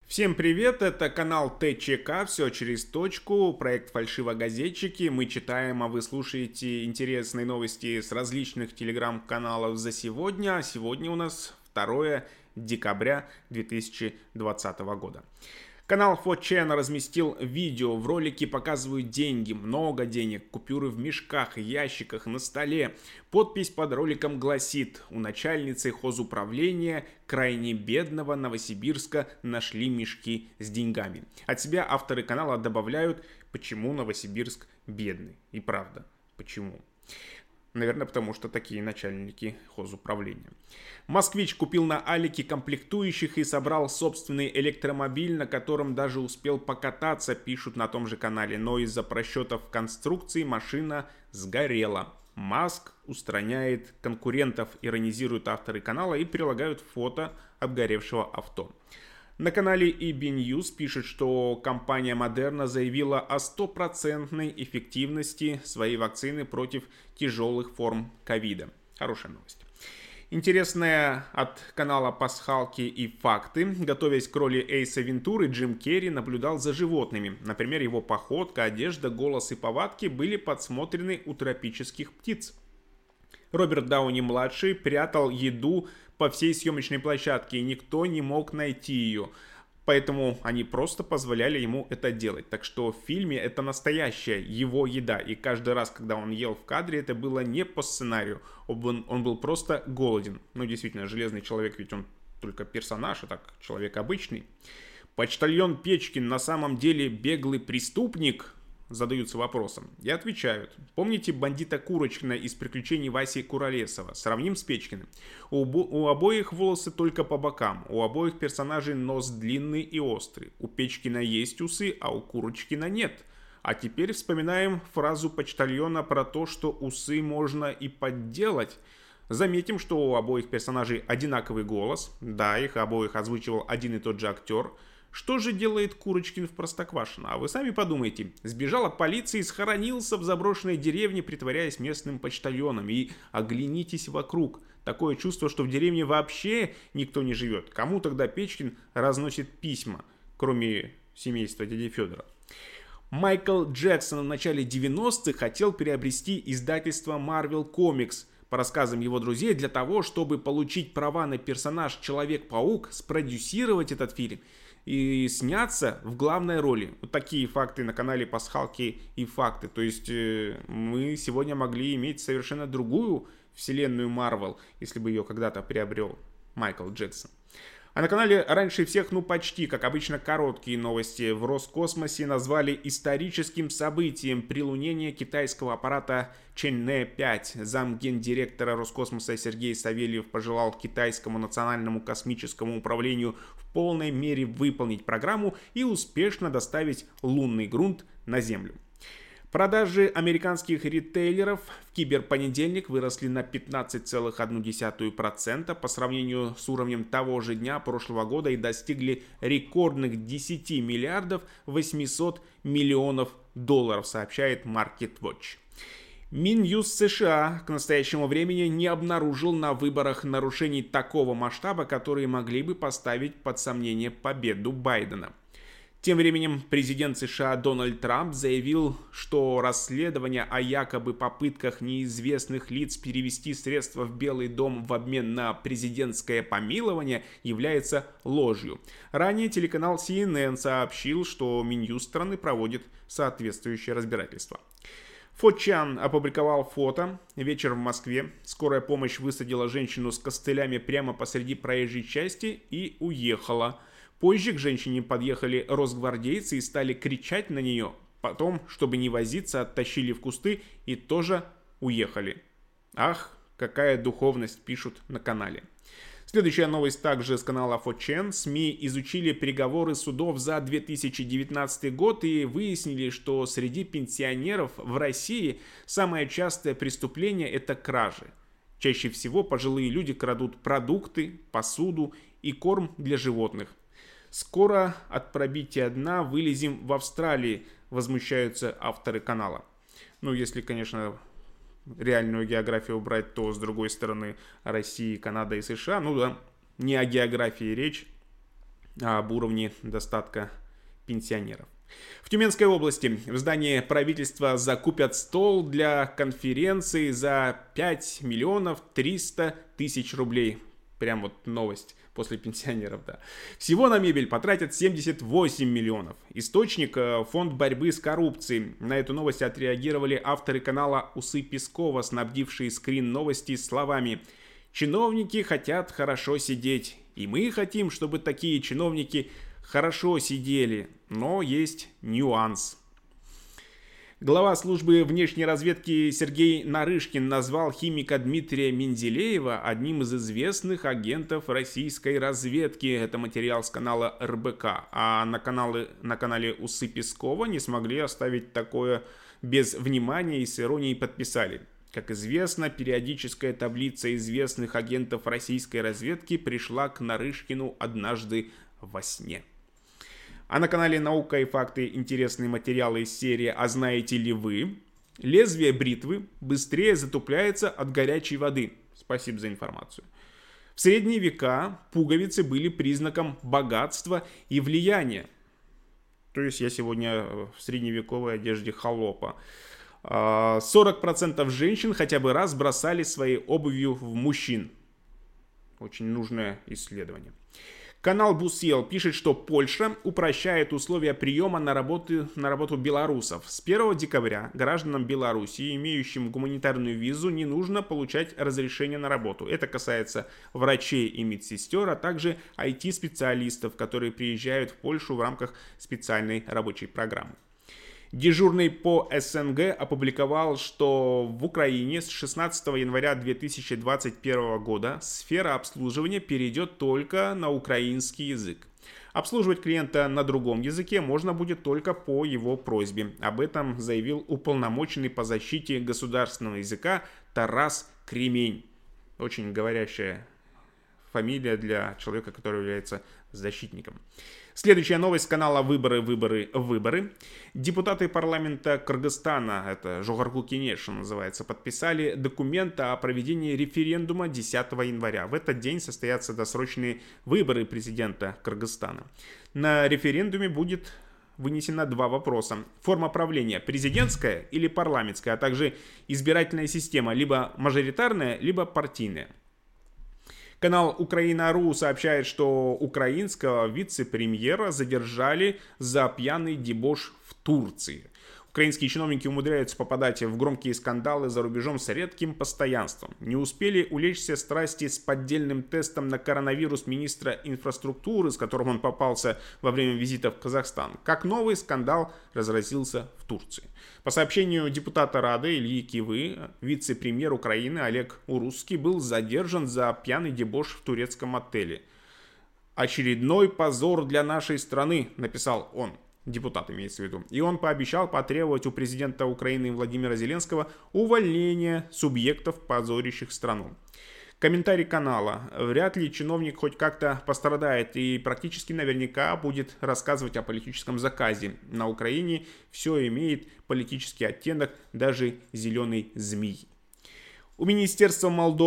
Всем привет, это канал ТЧК, все через точку, проект «Фальшивогазетчики». Мы читаем, а вы слушаете интересные новости с различных телеграм-каналов за сегодня. А сегодня у нас 2 декабря 2020 года. Канал 4chan разместил видео, в ролике показывают деньги, много денег, купюры в мешках, ящиках, на столе. Подпись под роликом гласит: у начальницы хозуправления крайне бедного Новосибирска нашли мешки с деньгами. От себя авторы канала добавляют, почему Новосибирск бедный. И правда, почему? Наверное, потому что такие начальники хозуправления. Москвич купил на Алике комплектующих и собрал собственный электромобиль, на котором даже успел покататься, пишут на том же канале. Но из-за просчетов в конструкции машина сгорела. Маск устраняет конкурентов, иронизируют авторы канала и прилагают фото обгоревшего авто. На канале EB News пишет, что компания Moderna заявила о стопроцентной эффективности своей вакцины против тяжелых форм ковида. Хорошая новость. Интересная от канала «Пасхалки и факты». Готовясь к роли Эйса Вентуры, Джим Керри наблюдал за животными. Например, его походка, одежда, голос и повадки были подсмотрены у тропических птиц. Роберт Дауни-младший прятал еду по всей съемочной площадке, и никто не мог найти ее. Поэтому они просто позволяли ему это делать. Так что в фильме это настоящая его еда. И каждый раз, когда он ел в кадре, это было не по сценарию. Он был просто голоден. Ну, действительно, Железный человек, ведь он только персонаж, а так человек обычный. Почтальон Печкин на самом деле беглый преступник? Задаются вопросом. И отвечают. Помните бандита Курочкина из «Приключений Васи Куролесова»? Сравним с Печкиным. У обоих волосы только по бокам. У обоих персонажей нос длинный и острый. У Печкина есть усы, а у Курочкина нет. А теперь вспоминаем фразу почтальона про то, что усы можно и подделать. Заметим, что у обоих персонажей одинаковый голос. Да, их обоих озвучивал один и тот же актер. Что же делает Курочкин в Простоквашино? А вы сами подумайте. Сбежал от полиции, схоронился в заброшенной деревне, притворяясь местным почтальоном. И оглянитесь вокруг. Такое чувство, что в деревне вообще никто не живет. Кому тогда Печкин разносит письма, кроме семейства дяди Федора? Майкл Джексон в начале 90-х хотел приобрести издательство Marvel Comics. По рассказам его друзей, для того, чтобы получить права на персонаж Человек-паук, спродюсировать этот фильм и сняться в главной роли. Вот такие факты на канале «Пасхалки и факты». То есть мы сегодня могли иметь совершенно другую вселенную Marvel, если бы ее когда-то приобрел Майкл Джексон. А на канале раньше всех, почти, как обычно, короткие новости. В Роскосмосе назвали историческим событием прилунение китайского аппарата Чэньнэ-5. Замгендиректора Роскосмоса Сергей Савельев пожелал китайскому национальному космическому управлению в полной мере выполнить программу и успешно доставить лунный грунт на Землю. Продажи американских ритейлеров в киберпонедельник выросли на 15,1% по сравнению с уровнем того же дня прошлого года и достигли рекордных 10 миллиардов 800 миллионов долларов, сообщает MarketWatch. Минюст США к настоящему времени не обнаружил на выборах нарушений такого масштаба, которые могли бы поставить под сомнение победу Байдена. Тем временем президент США Дональд Трамп заявил, что расследование о якобы попытках неизвестных лиц перевести средства в Белый дом в обмен на президентское помилование является ложью. Ранее телеканал CNN сообщил, что Минюст страны проводит соответствующее разбирательство. 4chan опубликовал фото. Вечер в Москве. Скорая помощь высадила женщину с костылями прямо посреди проезжей части и уехала. Позже к женщине подъехали росгвардейцы и стали кричать на нее. Потом, чтобы не возиться, оттащили в кусты и тоже уехали. Ах, какая духовность, пишут на канале. Следующая новость также с канала 4chan. СМИ изучили приговоры судов за 2019 год и выяснили, что среди пенсионеров в России самое частое преступление – это кражи. Чаще всего пожилые люди крадут продукты, посуду и корм для животных. Скоро от пробития дна вылезем в Австралии, возмущаются авторы канала. Если, конечно, реальную географию брать, то с другой стороны России, Канада и США, не о географии речь. об уровне достатка пенсионеров. В Тюменской области в здании правительства закупят стол для конференции за 5 миллионов 300 тысяч рублей. Прям вот новость после пенсионеров, да. Всего на мебель потратят 78 миллионов. Источник – фонд борьбы с коррупцией. На эту новость отреагировали авторы канала «Усы Пескова», снабдившие скрин новости словами: «Чиновники хотят хорошо сидеть, и мы хотим, чтобы такие чиновники хорошо сидели, но есть нюанс». Глава службы внешней разведки Сергей Нарышкин назвал химика Дмитрия Менделеева одним из известных агентов российской разведки. Это материал с канала РБК. А на канале «Усы Пескова» не смогли оставить такое без внимания и с иронией подписали: «Как известно, периодическая таблица известных агентов российской разведки пришла к Нарышкину однажды во сне». А на канале «Наука и факты» интересные материалы из серии «А знаете ли вы?». Лезвие бритвы быстрее затупляется от горячей воды. Спасибо за информацию. В средние века пуговицы были признаком богатства и влияния. То есть я сегодня в средневековой одежде холопа. 40% женщин хотя бы раз бросали своей обувью в мужчин. Очень нужное исследование. Канал Бусел пишет, что Польша упрощает условия приема на работу белорусов. С 1 декабря гражданам Беларуси, имеющим гуманитарную визу, не нужно получать разрешение на работу. Это касается врачей и медсестер, а также IT-специалистов, которые приезжают в Польшу в рамках специальной рабочей программы. Дежурный по СНГ опубликовал, что в Украине с 16 января 2021 года сфера обслуживания перейдет только на украинский язык. Обслуживать клиента на другом языке можно будет только по его просьбе. Об этом заявил уполномоченный по защите государственного языка Тарас Кремень. Очень говорящая фамилия для человека, который является защитником. Следующая новость с канала «Выборы». Депутаты парламента Кыргызстана, это Жогорку Кенешин называется, подписали документ о проведении референдума 10 января. В этот день состоятся досрочные выборы президента Кыргызстана. На референдуме будет вынесено два вопроса. Форма правления – президентская или парламентская, а также избирательная система – либо мажоритарная, либо партийная. Канал Украина.ру сообщает, что украинского вице-премьера задержали за пьяный дебош в Турции. Украинские чиновники умудряются попадать в громкие скандалы за рубежом с редким постоянством. Не успели улечься страсти с поддельным тестом на коронавирус министра инфраструктуры, с которым он попался во время визита в Казахстан, как новый скандал разразился в Турции. По сообщению депутата Рады Ильи Кивы, вице-премьер Украины Олег Урусский был задержан за пьяный дебош в турецком отеле. «Очередной позор для нашей страны», написал он. Депутат имеется в виду. И он пообещал потребовать у президента Украины Владимира Зеленского увольнения субъектов, позорящих страну. Комментарий канала. Вряд ли чиновник хоть как-то пострадает и практически наверняка будет рассказывать о политическом заказе. На Украине все имеет политический оттенок, даже зеленый змей. У Министерства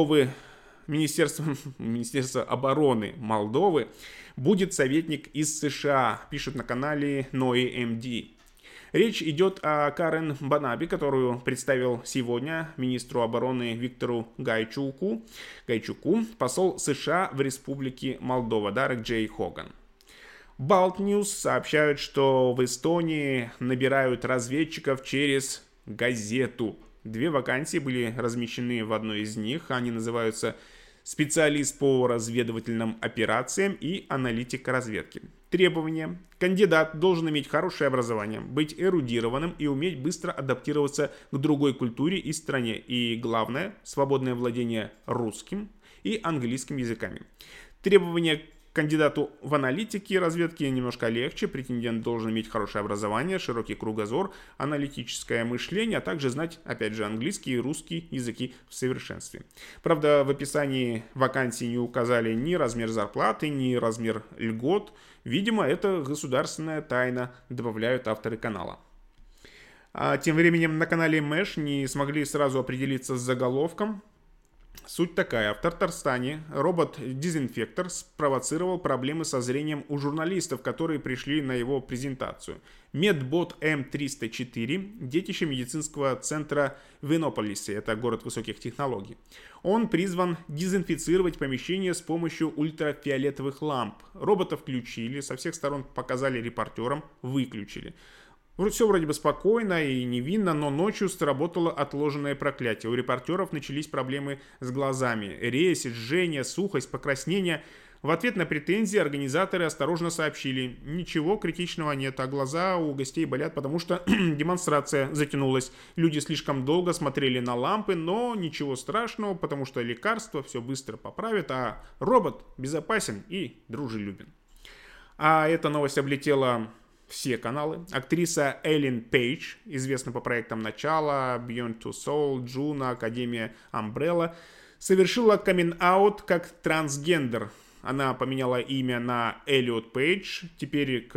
обороны Молдовы будет советник из США, пишут на канале NoeMD. Речь идет о Карен Банаби, которую представил сегодня министру обороны Виктору Гайчуку, посол США в Республике Молдова Дарек Джей Хоган. Балт Ньюс сообщают, что в Эстонии набирают разведчиков через газету. 2 вакансии были размещены в одной из них. Они называются «Специалист по разведывательным операциям» и «Аналитик разведки». Требования. Кандидат должен иметь хорошее образование, быть эрудированным и уметь быстро адаптироваться к другой культуре и стране. И главное, свободное владение русским и английским языками. Требования к кандидату в аналитике разведки немножко легче. Претендент должен иметь хорошее образование, широкий кругозор, аналитическое мышление, а также знать, опять же, английский и русский языки в совершенстве. Правда, в описании вакансии не указали ни размер зарплаты, ни размер льгот. Видимо, это государственная тайна, добавляют авторы канала. А тем временем на канале Мэш не смогли сразу определиться с заголовком. Суть такая. В Татарстане робот-дезинфектор спровоцировал проблемы со зрением у журналистов, которые пришли на его презентацию. Медбот М304, детище медицинского центра в Иннополисе, это город высоких технологий. Он призван дезинфицировать помещение с помощью ультрафиолетовых ламп. Робота включили, со всех сторон показали репортерам, выключили. Все вроде бы спокойно и невинно, но ночью сработало отложенное проклятие. У репортеров начались проблемы с глазами. Резь, жжение, сухость, покраснение. В ответ на претензии организаторы осторожно сообщили: ничего критичного нет, а глаза у гостей болят, потому что демонстрация затянулась. Люди слишком долго смотрели на лампы, но ничего страшного, потому что лекарства все быстро поправят, а робот безопасен и дружелюбен. А эта новость облетела все каналы. Актриса Эллен Пейдж, известна по проектам «Начало», «Beyond Two Soul», «Джуна», «Академия Umbrella», совершила камин-аут как трансгендер. Она поменяла имя на Эллиот Пейдж. Теперь к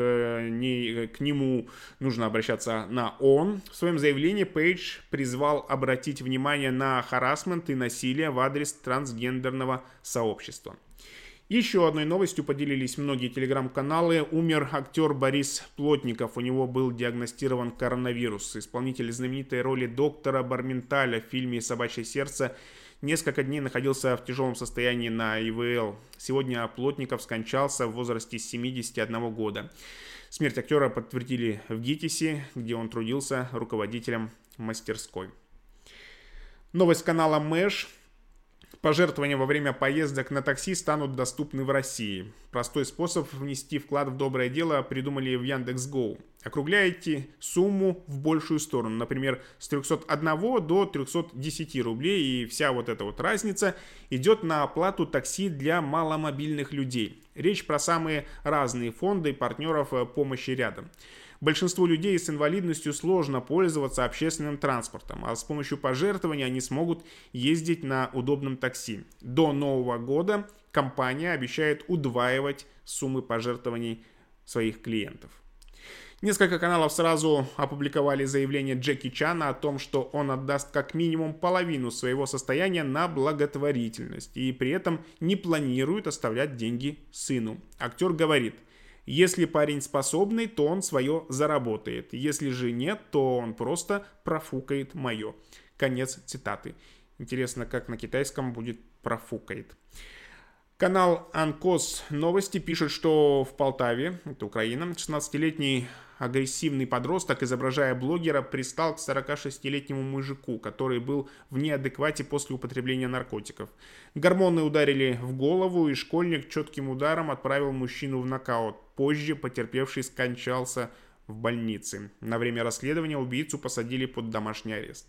нему нужно обращаться на «он». В своем заявлении Пейдж призвал обратить внимание на харассмент и насилие в адрес трансгендерного сообщества. Еще одной новостью поделились многие телеграм-каналы. Умер актер Борис Плотников. У него был диагностирован коронавирус. Исполнитель знаменитой роли доктора Барменталя в фильме «Собачье сердце» несколько дней находился в тяжелом состоянии на ИВЛ. Сегодня Плотников скончался в возрасте 71 года. Смерть актера подтвердили в ГИТИСе, где он трудился руководителем мастерской. Новость канала Мэш. Пожертвования во время поездок на такси станут доступны в России. Простой способ внести вклад в доброе дело придумали в Яндекс.Гоу. Округляете сумму в большую сторону, например, с 301 до 310 рублей, и вся вот эта вот разница идет на оплату такси для маломобильных людей. Речь про самые разные фонды и партнеров помощи рядом. Большинству людей с инвалидностью сложно пользоваться общественным транспортом, а с помощью пожертвований они смогут ездить на удобном такси. До Нового года компания обещает удваивать суммы пожертвований своих клиентов. Несколько каналов сразу опубликовали заявление Джеки Чана о том, что он отдаст как минимум половину своего состояния на благотворительность и при этом не планирует оставлять деньги сыну. Актер говорит: если парень способный, то он свое заработает. Если же нет, то он просто профукает мое. Конец цитаты. Интересно, как на китайском будет профукает. Канал Анкос Новости пишет, что в Полтаве, это Украина, 16-летний агрессивный подросток, изображая блогера, пристал к 46-летнему мужику, который был в неадеквате после употребления наркотиков. Гормоны ударили в голову, и школьник четким ударом отправил мужчину в нокаут. Позже потерпевший скончался в больнице. На время расследования убийцу посадили под домашний арест.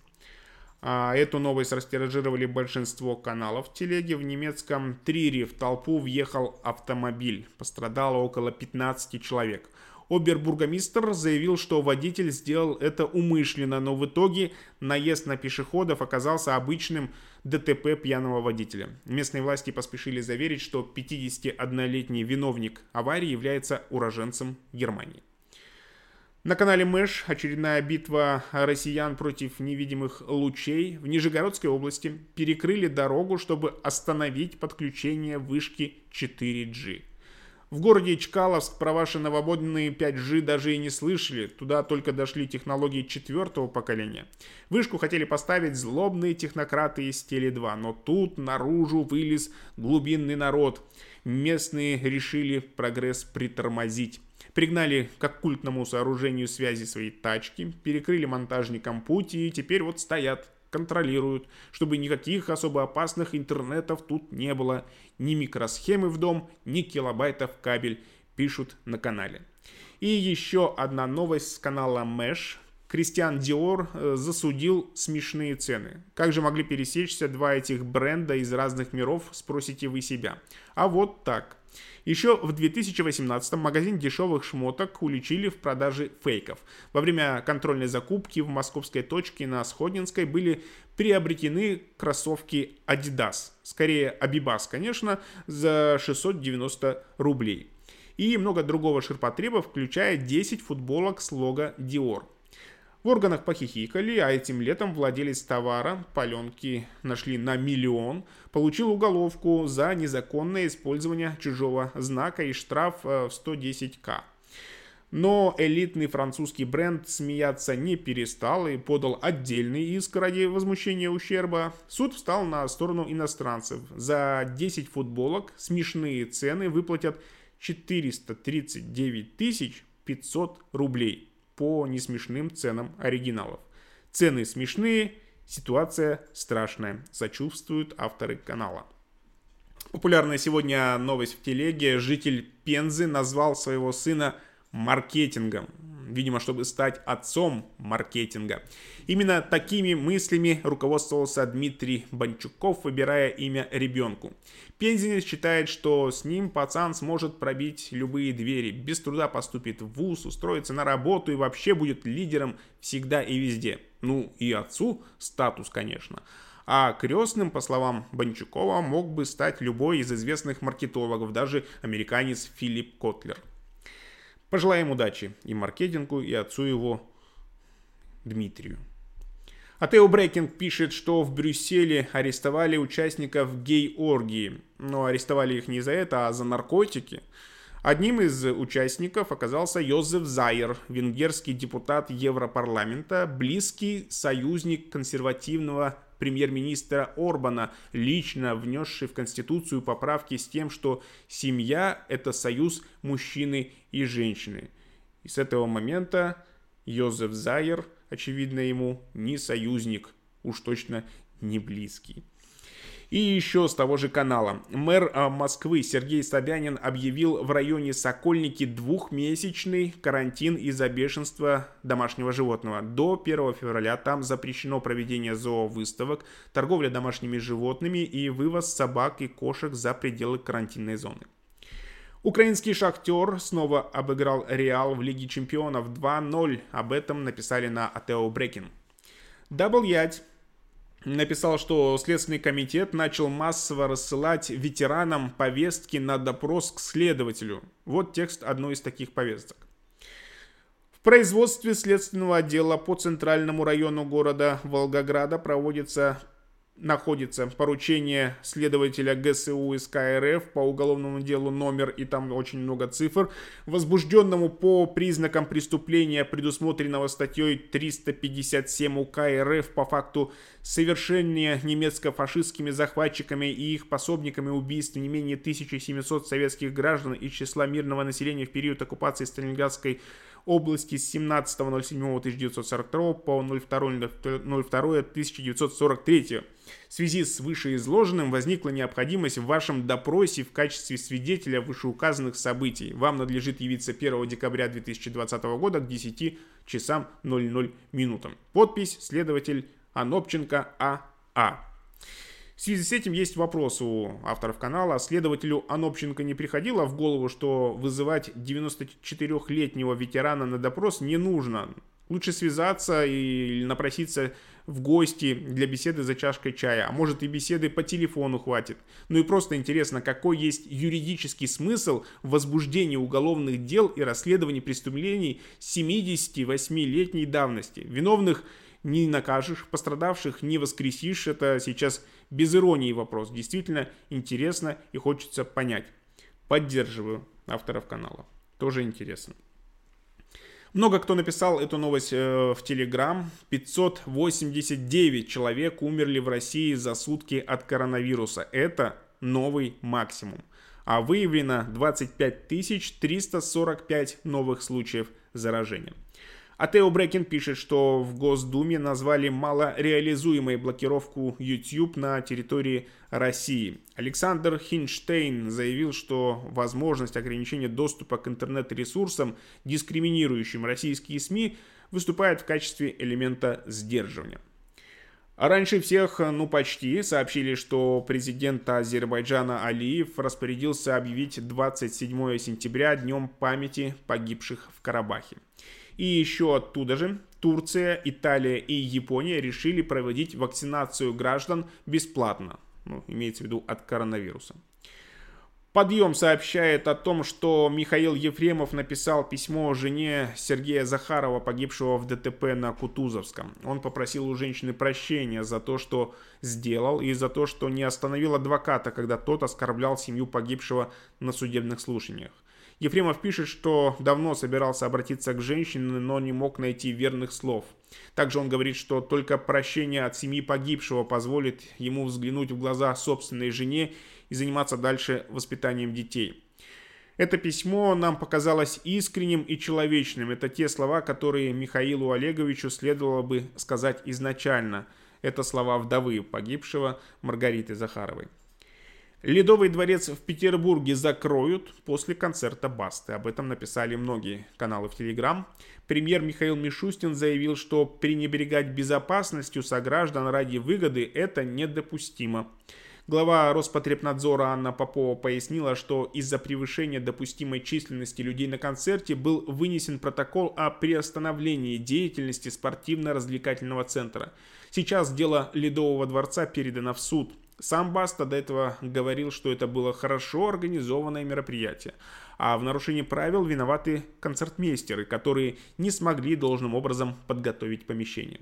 Эту новость растиражировали большинство каналов в телеге. В немецком Трире в толпу въехал автомобиль. Пострадало около 15 человек. Обербургомистр заявил, что водитель сделал это умышленно, но в итоге наезд на пешеходов оказался обычным ДТП пьяного водителя. Местные власти поспешили заверить, что 51-летний виновник аварии является уроженцем Германии. На канале Мэш очередная битва россиян против невидимых лучей. В Нижегородской области перекрыли дорогу, чтобы остановить подключение вышки 4G. В городе Чкаловск про ваши новомодные 5G даже и не слышали. Туда только дошли технологии 4-го поколения. Вышку хотели поставить злобные технократы из Теле2, но тут наружу вылез глубинный народ. Местные решили прогресс притормозить. Пригнали к оккультному сооружению связи свои тачки, перекрыли монтажникам путь и теперь вот стоят, контролируют, чтобы никаких особо опасных интернетов тут не было. Ни микросхемы в дом, ни килобайтов в кабель, пишут на канале. И еще одна новость с канала Мэш. Кристиан Диор засудил смешные цены. Как же могли пересечься два этих бренда из разных миров, спросите вы себя. А вот так. Еще в 2018-м магазин дешевых шмоток уличили в продаже фейков. Во время контрольной закупки в московской точке на Сходнинской были приобретены кроссовки Adidas. Скорее Abibas, конечно, за 690 рублей. И много другого ширпотреба, включая 10 футболок с лого Dior. В органах похихикали, а этим летом владелец товара, паленки нашли на 1 миллион, получил уголовку за незаконное использование чужого знака и штраф в 110 000. Но элитный французский бренд смеяться не перестал и подал отдельный иск ради возмещения ущерба. Суд встал на сторону иностранцев. За 10 футболок смешные цены выплатят 439 500 рублей по несмешным ценам оригиналов. Цены смешные, ситуация страшная, сочувствуют авторы канала. Популярная сегодня новость в телеге. Житель Пензы назвал своего сына маркетингом. Видимо, чтобы стать отцом маркетинга. Именно такими мыслями руководствовался Дмитрий Банчуков, выбирая имя ребенку. Пензенец считает, что с ним пацан сможет пробить любые двери, без труда поступит в вуз, устроится на работу и вообще будет лидером всегда и везде. Ну и отцу статус, конечно. А крестным, по словам Банчукова, мог бы стать любой из известных маркетологов, даже американец Филипп Котлер. Пожелаем удачи и маркетингу, и отцу его Дмитрию. Атео Брейкинг пишет, что в Брюсселе арестовали участников гей-оргии. Но арестовали их не за это, а за наркотики. Одним из участников оказался Йозеф Зайер, венгерский депутат Европарламента, близкий союзник консервативного премьер-министра Орбана, лично внесший в Конституцию поправки с тем, что семья – это союз мужчины и женщины. И с этого момента Йозеф Зайер, очевидно, ему не союзник, уж точно не близкий. И еще с того же канала. Мэр Москвы Сергей Собянин объявил в районе Сокольники 2-месячный карантин из-за бешенства домашнего животного. До 1 февраля там запрещено проведение зоовыставок, торговля домашними животными и вывоз собак и кошек за пределы карантинной зоны. Украинский «Шахтер» снова обыграл «Реал» в Лиге чемпионов 2-0. Об этом написали на Атео Брейкинг. Дабл Ять написал, что Следственный комитет начал массово рассылать ветеранам повестки на допрос к следователю. Вот текст одной из таких повесток. В производстве следственного отдела по центральному району города Волгограда находится поручение следователя ГСУ СК РФ по уголовному делу номер, и там очень много цифр, возбужденному по признакам преступления, предусмотренного статьей 357 УК РФ по факту совершения немецко-фашистскими захватчиками и их пособниками убийств не менее 1700 советских граждан из числа мирного населения в период оккупации Сталинградской области с 17.07.1942 по 02.02.1943. В связи с вышеизложенным возникла необходимость в вашем допросе в качестве свидетеля вышеуказанных событий. Вам надлежит явиться 1 декабря 2020 года к 10 часам 00 минутам. Подпись: следователь Анопченко А.А. В связи с этим есть вопрос у авторов канала. Следователю Анопченко не приходило в голову, что вызывать 94-летнего ветерана на допрос не нужно? Лучше связаться или напроситься в гости для беседы за чашкой чая. А может, и беседы по телефону хватит. Ну и просто интересно, какой есть юридический смысл в возбуждении уголовных дел и расследовании преступлений 78-летней давности. Виновных не накажешь, пострадавших не воскресишь. Это сейчас без иронии вопрос. Действительно интересно и хочется понять. Поддерживаю авторов канала. Тоже интересно. Много кто написал эту новость в Телеграм. 589 человек умерли в России за сутки от коронавируса. Это новый максимум. А выявлено 25 345 новых случаев заражения. Атео Брейкинг пишет, что в Госдуме назвали малореализуемой блокировку YouTube на территории России. Александр Хинштейн заявил, что возможность ограничения доступа к интернет-ресурсам, дискриминирующим российские СМИ, выступает в качестве элемента сдерживания. А раньше всех, почти, сообщили, что президент Азербайджана Алиев распорядился объявить 27 сентября днем памяти погибших в Карабахе. И еще оттуда же Турция, Италия и Япония решили проводить вакцинацию граждан бесплатно. Имеется в виду от коронавируса. Подъем сообщает о том, что Михаил Ефремов написал письмо жене Сергея Захарова, погибшего в ДТП на Кутузовском. Он попросил у женщины прощения за то, что сделал, и за то, что не остановил адвоката, когда тот оскорблял семью погибшего на судебных слушаниях. Ефремов пишет, что давно собирался обратиться к женщине, но не мог найти верных слов. Также он говорит, что только прощение от семьи погибшего позволит ему взглянуть в глаза собственной жене и заниматься дальше воспитанием детей. Это письмо нам показалось искренним и человечным. Это те слова, которые Михаилу Олеговичу следовало бы сказать изначально. Это слова вдовы погибшего Маргариты Захаровой. Ледовый дворец в Петербурге закроют после концерта Басты. Об этом написали многие каналы в Телеграм. Премьер Михаил Мишустин заявил, что пренебрегать безопасностью сограждан ради выгоды – это недопустимо. Глава Роспотребнадзора Анна Попова пояснила, что из-за превышения допустимой численности людей на концерте был вынесен протокол о приостановлении деятельности спортивно-развлекательного центра. Сейчас дело Ледового дворца передано в суд. Сам Баста до этого говорил, что это было хорошо организованное мероприятие, а в нарушении правил виноваты концертмейстеры, которые не смогли должным образом подготовить помещение.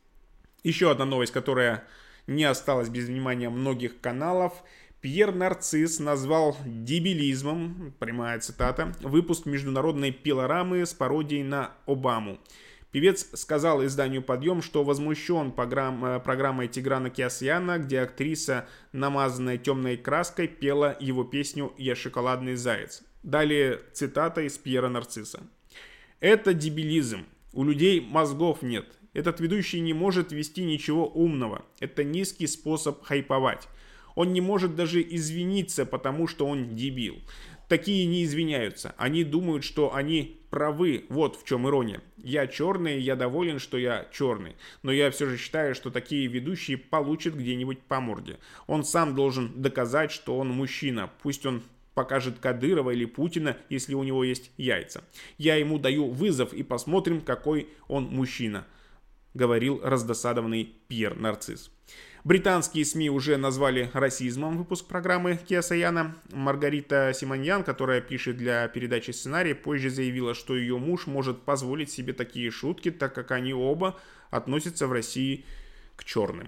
Еще одна новость, которая не осталась без внимания многих каналов. Пьер Нарцисс назвал дебилизмом, прямая цитата, выпуск международной пилорамы с пародией на Обаму. Певец сказал изданию «Подъем», что возмущен программой Тиграна Кеосаяна, где актриса, намазанная темной краской, пела его песню «Я шоколадный заяц». Далее цитата из Пьера Нарцисса. «Это дебилизм. У людей мозгов нет. Этот ведущий не может вести ничего умного. Это низкий способ хайповать. Он не может даже извиниться, потому что он дебил. Такие не извиняются. Они думают, что они правы. Вот в чем ирония. Я черный, я доволен, что я черный. Но я все же считаю, что такие ведущие получат где-нибудь по морде. Он сам должен доказать, что он мужчина. Пусть он покажет Кадырова или Путина, если у него есть яйца. Я ему даю вызов и посмотрим, какой он мужчина», говорил раздосадованный Пьер Нарцисс. Британские СМИ уже назвали расизмом выпуск программы Кеосаяна. Маргарита Симоньян, которая пишет для передачи сценарий, позже заявила, что ее муж может позволить себе такие шутки, так как они оба относятся в России к черным.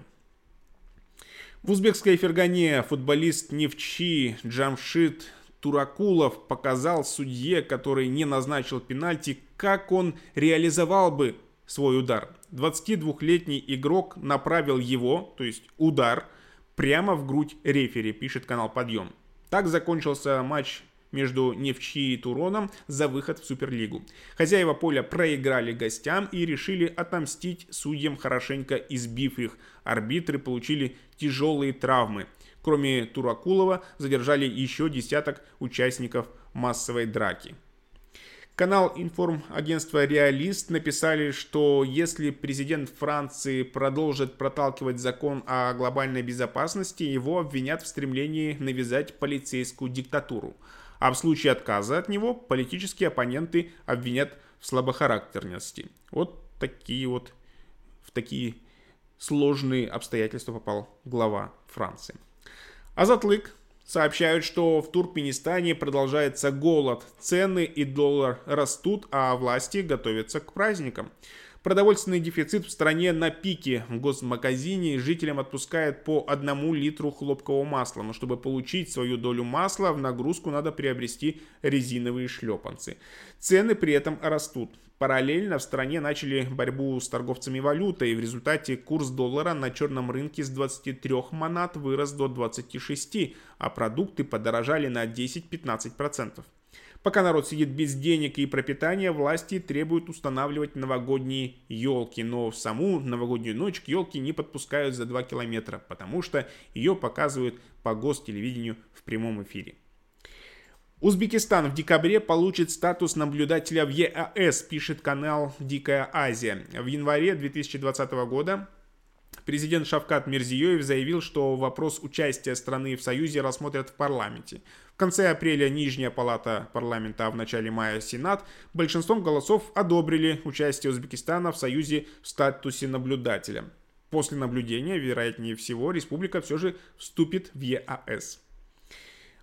В узбекской Фергане футболист Нефчи Джамшид Туракулов показал судье, который не назначил пенальти, как он реализовал бы свой удар. 22-летний игрок направил его, то есть удар, прямо в грудь рефери, пишет канал «Подъем». Так закончился матч между Нефчи и Туроном за выход в Суперлигу. Хозяева поля проиграли гостям и решили отомстить судьям, хорошенько избив их. Арбитры получили тяжелые травмы. Кроме Туракулова задержали еще десяток участников массовой драки. Канал информагентства «Реалист» написали, что если президент Франции продолжит проталкивать закон о глобальной безопасности, его обвинят в стремлении навязать полицейскую диктатуру. А в случае отказа от него политические оппоненты обвинят в слабохарактерности. В такие сложные обстоятельства попал глава Франции. Азатлык сообщают, что в Туркменистане продолжается голод. Цены и доллар растут, а власти готовятся к праздникам. Продовольственный дефицит в стране на пике. В госмагазине жителям отпускают по 1 литру хлопкового масла. Но чтобы получить свою долю масла, в нагрузку надо приобрести резиновые шлепанцы. Цены при этом растут. Параллельно в стране начали борьбу с торговцами валютой, и в результате курс доллара на черном рынке с 23 манат вырос до 26, а продукты подорожали на 10-15%. Пока народ сидит без денег и пропитания, власти требуют устанавливать новогодние елки, но в саму новогоднюю ночь к елке не подпускают за 2 километра, потому что ее показывают по гостелевидению в прямом эфире. Узбекистан в декабре получит статус наблюдателя в ЕАЭС, пишет канал «Дикая Азия». В январе 2020 года президент Шавкат Мирзиёев заявил, что вопрос участия страны в Союзе рассмотрят в парламенте. В конце апреля Нижняя палата парламента, а в начале мая Сенат большинством голосов одобрили участие Узбекистана в Союзе в статусе наблюдателя. После наблюдения, вероятнее всего, республика все же вступит в ЕАЭС.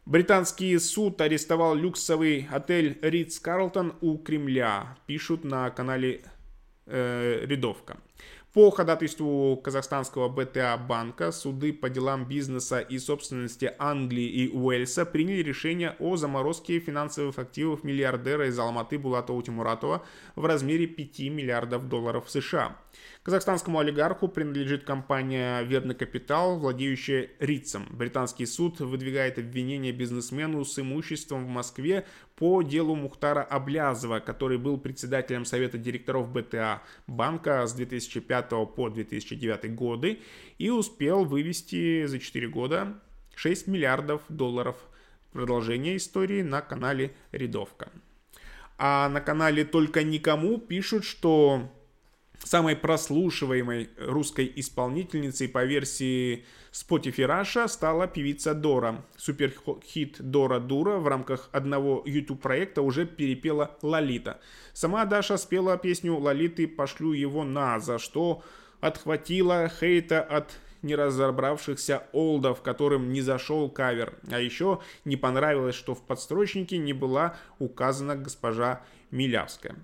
Британский суд арестовал люксовый отель Ридс-Карлтон у Кремля, пишут на канале Рядовка. По ходатайству казахстанского БТА банка суды по делам бизнеса и собственности Англии и Уэльса приняли решение о заморозке финансовых активов миллиардера из Алматы Булата Утимуратова в размере 5 миллиардов долларов США. Казахстанскому олигарху принадлежит компания «Верный капитал», владеющая Ридсом. Британский суд выдвигает обвинение бизнесмену с имуществом в Москве по делу Мухтара Аблязова, который был председателем совета директоров БТА банка с 2005 по 2009 годы и успел вывести за 4 года 6 миллиардов долларов. Продолжение истории на канале Рядовка. А на канале «Только никому» пишут, что самой прослушиваемой русской исполнительницей по версии Spotify Russia стала певица Дора. Суперхит Дора Дура в рамках одного YouTube-проекта уже перепела Лолита. Сама Даша спела песню Лолиты «Пошлю его на», за что отхватила хейта от неразобравшихся олдов, которым не зашел кавер. А еще не понравилось, что в подстрочнике не была указана госпожа Милявская.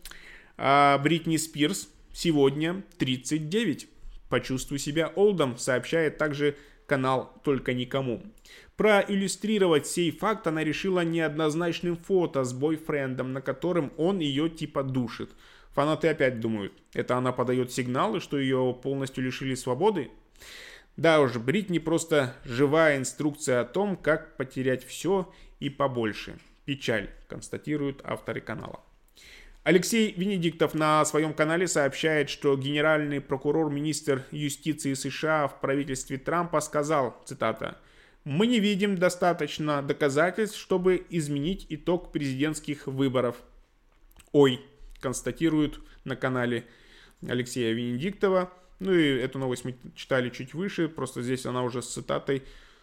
А Бритни Спирс сегодня 39. Почувствуй себя олдом, сообщает также канал «Только никому». Проиллюстрировать сей факт она решила неоднозначным фото с бойфрендом, на котором он ее типа душит. Фанаты опять думают, это она подает сигналы, что ее полностью лишили свободы? Да уж, Бритни просто живая инструкция о том, как потерять все и побольше. Печаль, констатируют авторы канала. Алексей Венедиктов на своем канале сообщает, что генеральный прокурор, министр юстиции США в правительстве Трампа сказал, цитата, «Мы не видим достаточно доказательств, чтобы изменить итог президентских выборов». Ой, констатируют на канале Алексея Венедиктова. Ну и эту новость мы читали чуть выше, просто здесь она уже с цитатой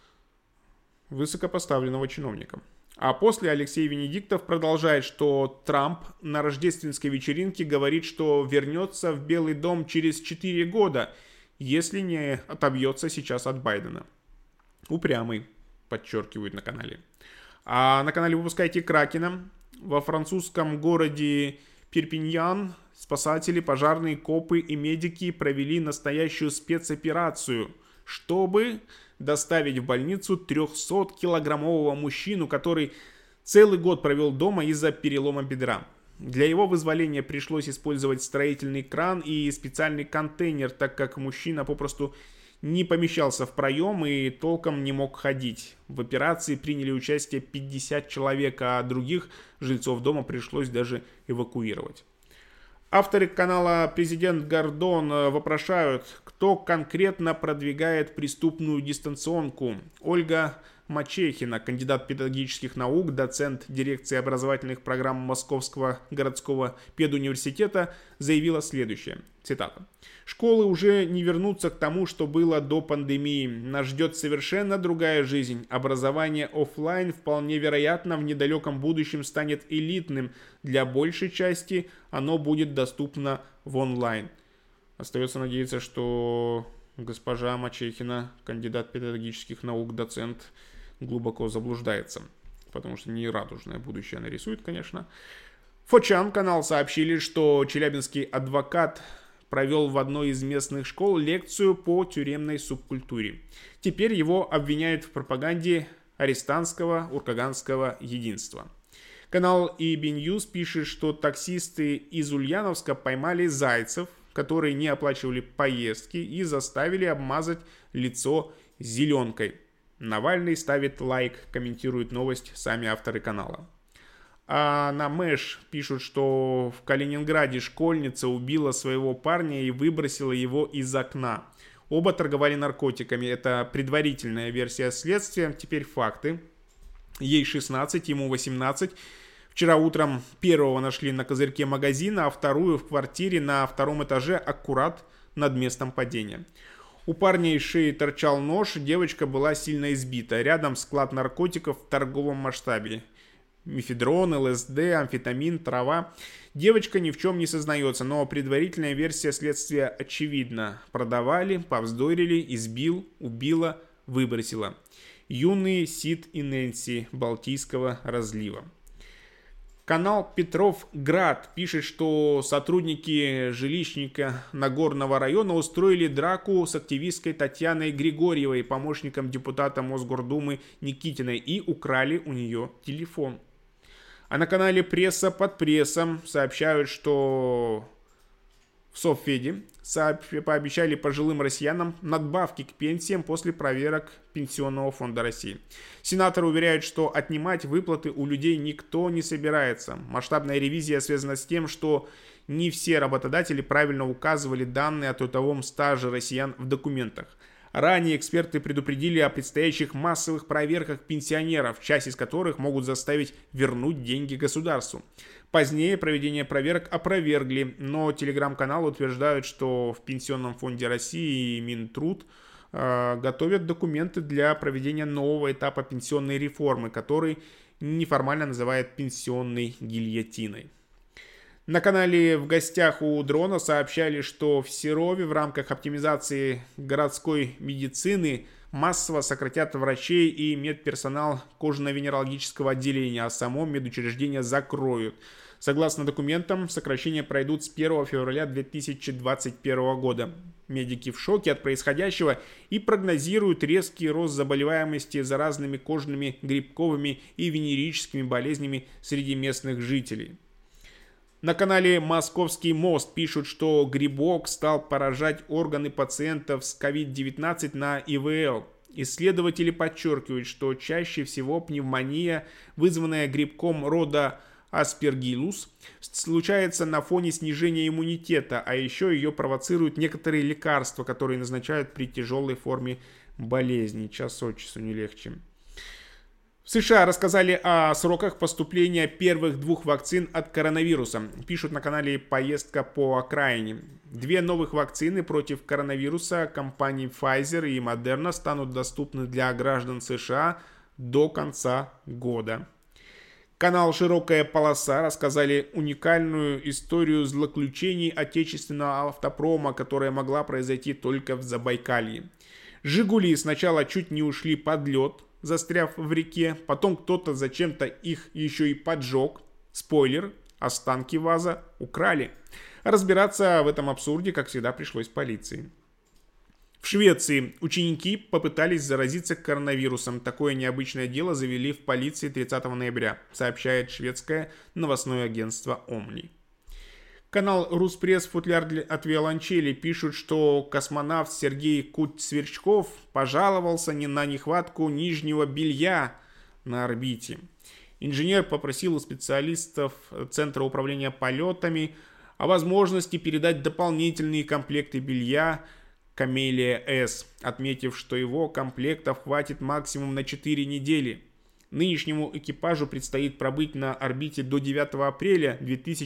высокопоставленного чиновника. А после Алексей Венедиктов продолжает, что Трамп на рождественской вечеринке говорит, что вернется в Белый дом через 4 года, если не отобьется сейчас от Байдена. Упрямый, подчеркивают на канале. А на канале «Выпускайте Кракена» во французском городе Перпиньян спасатели, пожарные, копы и медики провели настоящую спецоперацию, чтобы доставить в больницу 300-килограммового мужчину, который целый год провел дома из-за перелома бедра. Для его вызволения пришлось использовать строительный кран и специальный контейнер, так как мужчина попросту не помещался в проем и толком не мог ходить. В операции приняли участие 50 человек, а других жильцов дома пришлось даже эвакуировать. Авторы канала «Президент Гордон» вопрошают, кто конкретно продвигает преступную дистанционку. Ольга Мачехина, кандидат педагогических наук, доцент дирекции образовательных программ Московского городского педуниверситета, заявила следующее. Цитата. «Школы уже не вернутся к тому, что было до пандемии. Нас ждет совершенно другая жизнь. Образование офлайн вполне вероятно в недалеком будущем станет элитным. Для большей части оно будет доступно в онлайн». Остается надеяться, что госпожа Мачехина, кандидат педагогических наук, доцент, глубоко заблуждается, потому что не радужное будущее она рисует, конечно. Фочан канал сообщили, что челябинский адвокат провел в одной из местных школ лекцию по тюремной субкультуре. Теперь его обвиняют в пропаганде арестантского уркаганского единства. Канал EB News пишет, что таксисты из Ульяновска поймали зайцев, которые не оплачивали поездки и заставили обмазать лицо зеленкой. Навальный ставит лайк, комментируют новость сами авторы канала. А на Мэш пишут, что в Калининграде школьница убила своего парня и выбросила его из окна. Оба торговали наркотиками. Это предварительная версия следствия. Теперь факты. Ей 16, ему 18. Вчера утром первого нашли на козырьке магазина, а вторую в квартире на втором этаже аккурат над местом падения. У парня из шеи торчал нож, девочка была сильно избита. Рядом склад наркотиков в торговом масштабе. Мефедрон, ЛСД, амфетамин, трава. Девочка ни в чем не сознается, но предварительная версия следствия очевидна. Продавали, повздорили, избил, убила, выбросила. юные Сид и Нэнси Балтийского разлива. Канал Петровград пишет, что сотрудники жилищника Нагорного района устроили драку с активисткой Татьяной Григорьевой, помощником депутата Мосгордумы Никитиной, и украли у нее телефон. А на канале «Пресса под прессом» сообщают, что в Совфеде пообещали пожилым россиянам надбавки к пенсиям после проверок Пенсионного фонда России. Сенаторы уверяют, что отнимать выплаты у людей никто не собирается. Масштабная ревизия связана с тем, что не все работодатели правильно указывали данные о трудовом стаже россиян в документах. Ранее эксперты предупредили о предстоящих массовых проверках пенсионеров, часть из которых могут заставить вернуть деньги государству. Позднее проведение проверок опровергли, но телеграм-каналы утверждают, что в Пенсионном фонде России и Минтруд готовят документы для проведения нового этапа пенсионной реформы, который неформально называют пенсионной гильотиной. На канале «В гостях у Дрона» сообщали, что в Серове в рамках оптимизации городской медицины массово сократят врачей и медперсонал кожно-венерологического отделения, а само медучреждение закроют. Согласно документам, сокращения пройдут с 1 февраля 2021 года. Медики в шоке от происходящего и прогнозируют резкий рост заболеваемости заразными кожными, грибковыми и венерическими болезнями среди местных жителей. На канале «Московский мост» пишут, что грибок стал поражать органы пациентов с COVID-19 на ИВЛ. Исследователи подчеркивают, что чаще всего пневмония, вызванная грибком рода Aspergillus, случается на фоне снижения иммунитета, а еще ее провоцируют некоторые лекарства, которые назначают при тяжелой форме болезни. Час от часу не легче. В США рассказали о сроках поступления первых 2 вакцин от коронавируса. Пишут на канале «Поездка по окраине». 2 новых вакцины против коронавируса компаний Pfizer и Moderna станут доступны для граждан США до конца года. Канал «Широкая полоса» рассказали уникальную историю злоключений отечественного автопрома, которая могла произойти только в Забайкалье. «Жигули» сначала чуть не ушли под лед, застряв в реке, потом кто-то зачем-то их еще и поджег. Спойлер, останки ВАЗа украли. Разбираться в этом абсурде, как всегда, пришлось полиции. В Швеции ученики попытались заразиться коронавирусом. Такое необычное дело завели в полиции 30 ноября, сообщает шведское новостное агентство «Омни». Канал «Руспресс. Футляр от виолончели» пишут, что космонавт Сергей Куть-Сверчков пожаловался на нехватку нижнего белья на орбите. Инженер попросил у специалистов Центра управления полетами о возможности передать дополнительные комплекты белья Камелия-С, отметив, что его комплектов хватит максимум на 4 недели. Нынешнему экипажу предстоит пробыть на орбите до 9 апреля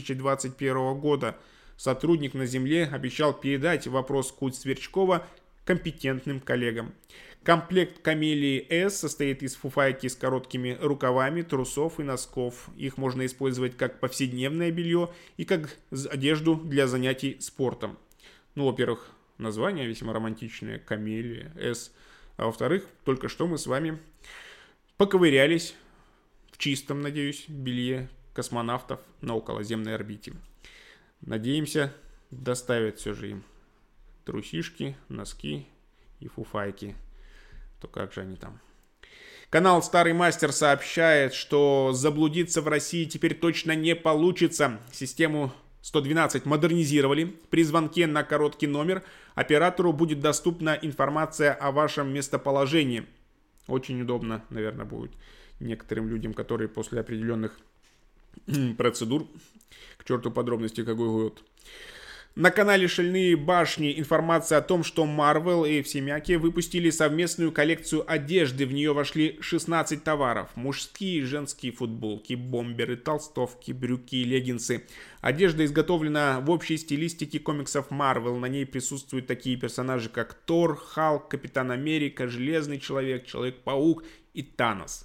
2021 года. Сотрудник на Земле обещал передать вопрос Куть-Сверчкова компетентным коллегам. Комплект Камелии-С состоит из фуфайки с короткими рукавами, трусов и носков. Их можно использовать как повседневное белье и как одежду для занятий спортом. Во-первых, название весьма романтичное, Камелия-С. А во-вторых, только что мы с вами поковырялись в чистом, надеюсь, белье космонавтов на околоземной орбите. Надеемся, доставят все же им трусишки, носки и фуфайки. То как же они там? Канал «Старый мастер» сообщает, что заблудиться в России теперь точно не получится. Систему 112 модернизировали. При звонке на короткий номер оператору будет доступна информация о вашем местоположении. Очень удобно, наверное, будет некоторым людям, которые после определенных процедур, к черту подробности, какой год. На канале «Шальные башни» информация о том, что Marvel и Всемяки выпустили совместную коллекцию одежды. В нее вошли 16 товаров. Мужские и женские футболки, бомберы, толстовки, брюки и леггинсы. Одежда изготовлена в общей стилистике комиксов Marvel. На ней присутствуют такие персонажи, как Тор, Халк, Капитан Америка, Железный Человек, Человек-паук и Танос.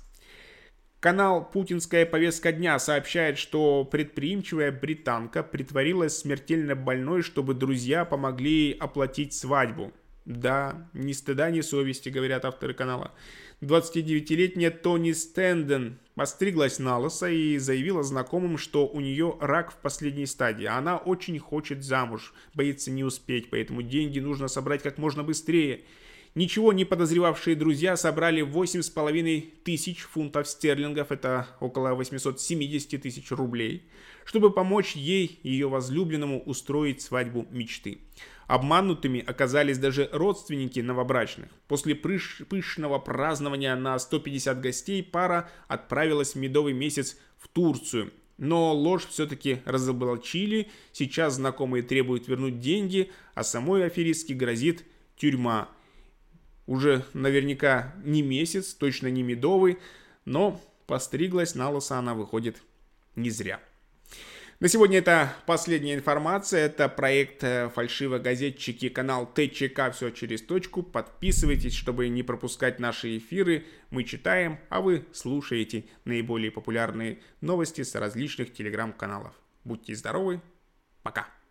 Канал «Путинская повестка дня» сообщает, что предприимчивая британка притворилась смертельно больной, чтобы друзья помогли ей оплатить свадьбу. Да, ни стыда, ни совести, говорят авторы канала. 29-летняя Тони Стэндон постриглась на лысо и заявила знакомым, что у нее рак в последней стадии. Она очень хочет замуж, боится не успеть, поэтому деньги нужно собрать как можно быстрее. Ничего не подозревавшие друзья собрали 8,5 тысяч фунтов стерлингов, это около 870 тысяч рублей, чтобы помочь ей и ее возлюбленному устроить свадьбу мечты. Обманутыми оказались даже родственники новобрачных. После пышного празднования на 150 гостей пара отправилась в медовый месяц в Турцию. Но ложь все-таки разоблачили, сейчас знакомые требуют вернуть деньги, а самой аферистке грозит тюрьма. Уже наверняка не месяц, точно не медовый, но постриглась на лысо она, выходит, не зря. На сегодня это последняя информация. Это проект «Фальшивогазетчики», канал ТЧК «Все через точку». Подписывайтесь, чтобы не пропускать наши эфиры. Мы читаем, а вы слушаете наиболее популярные новости с различных телеграм-каналов. Будьте здоровы. Пока.